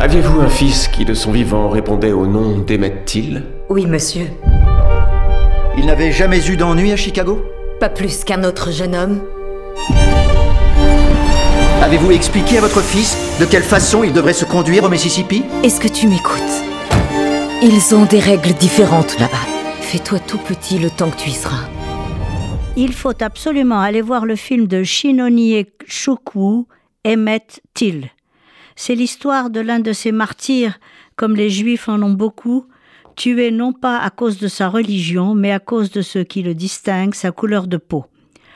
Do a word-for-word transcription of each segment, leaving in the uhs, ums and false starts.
Aviez-vous un fils qui, de son vivant, répondait au nom d'Emmett Till? Oui, monsieur. Il n'avait jamais eu d'ennui à Chicago? Pas plus qu'un autre jeune homme. Avez-vous expliqué à votre fils de quelle façon il devrait se conduire au Mississippi? Est-ce que tu m'écoutes? Ils ont des règles différentes là-bas. Fais-toi tout petit le temps que tu y seras. Il faut absolument aller voir le film de Shinonye Chukwu, Emmett Till. C'est l'histoire de l'un de ces martyrs, comme les Juifs en ont beaucoup, tué non pas à cause de sa religion, mais à cause de ce qui le distingue, sa couleur de peau.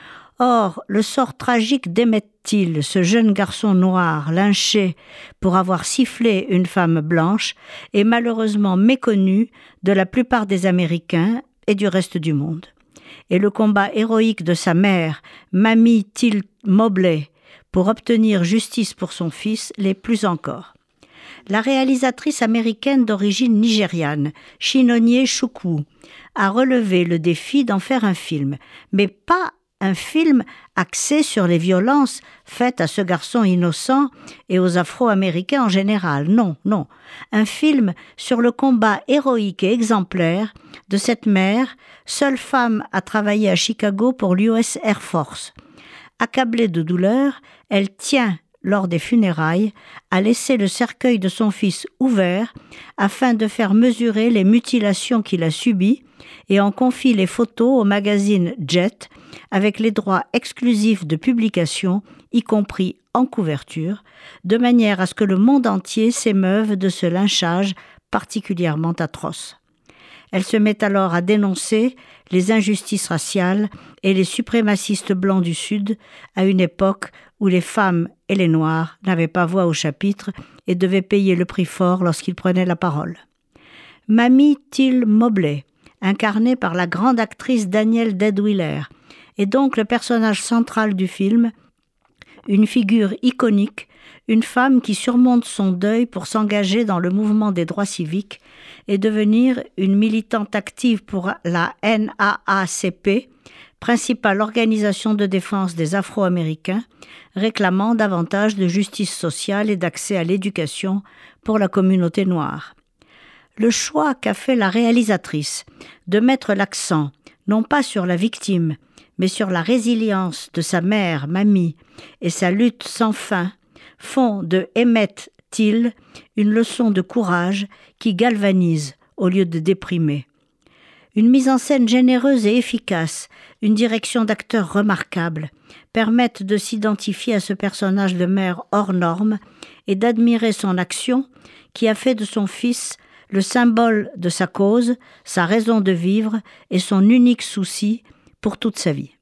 Or, le sort tragique d'Emmett Till, ce jeune garçon noir lynché pour avoir sifflé une femme blanche, est malheureusement méconnu de la plupart des Américains et du reste du monde. Et le combat héroïque de sa mère, Mamie Till Mobley, pour obtenir justice pour son fils, l'est plus encore. La réalisatrice américaine d'origine nigériane, Shinonye Chukwu, a relevé le défi d'en faire un film, mais pas un film axé sur les violences faites à ce garçon innocent et aux Afro-Américains en général. Non, non. Un film sur le combat héroïque et exemplaire de cette mère, seule femme à travailler à Chicago pour l'U S Air Force. Accablée de douleur, elle tient, lors des funérailles, à laisser le cercueil de son fils ouvert afin de faire mesurer les mutilations qu'il a subies et en confie les photos au magazine Jet avec les droits exclusifs de publication, y compris en couverture, de manière à ce que le monde entier s'émeuve de ce lynchage particulièrement atroce. Elle se met alors à dénoncer les injustices raciales et les suprémacistes blancs du Sud à une époque où les femmes et les Noirs n'avaient pas voix au chapitre et devaient payer le prix fort lorsqu'ils prenaient la parole. Mamie Till Mobley, incarnée par la grande actrice Danielle Deadwyler, est donc le personnage central du film, une figure iconique, une femme qui surmonte son deuil pour s'engager dans le mouvement des droits civiques et devenir une militante active pour la N double A C P, principale organisation de défense des Afro-Américains, réclamant davantage de justice sociale et d'accès à l'éducation pour la communauté noire. Le choix qu'a fait la réalisatrice de mettre l'accent non pas sur la victime, mais sur la résilience de sa mère, Mamie, et sa lutte sans fin, font de Emmett Till une leçon de courage qui galvanise au lieu de déprimer. Une mise en scène généreuse et efficace, une direction d'acteurs remarquable, permettent de s'identifier à ce personnage de mère hors norme et d'admirer son action qui a fait de son fils le symbole de sa cause, sa raison de vivre et son unique souci pour toute sa vie.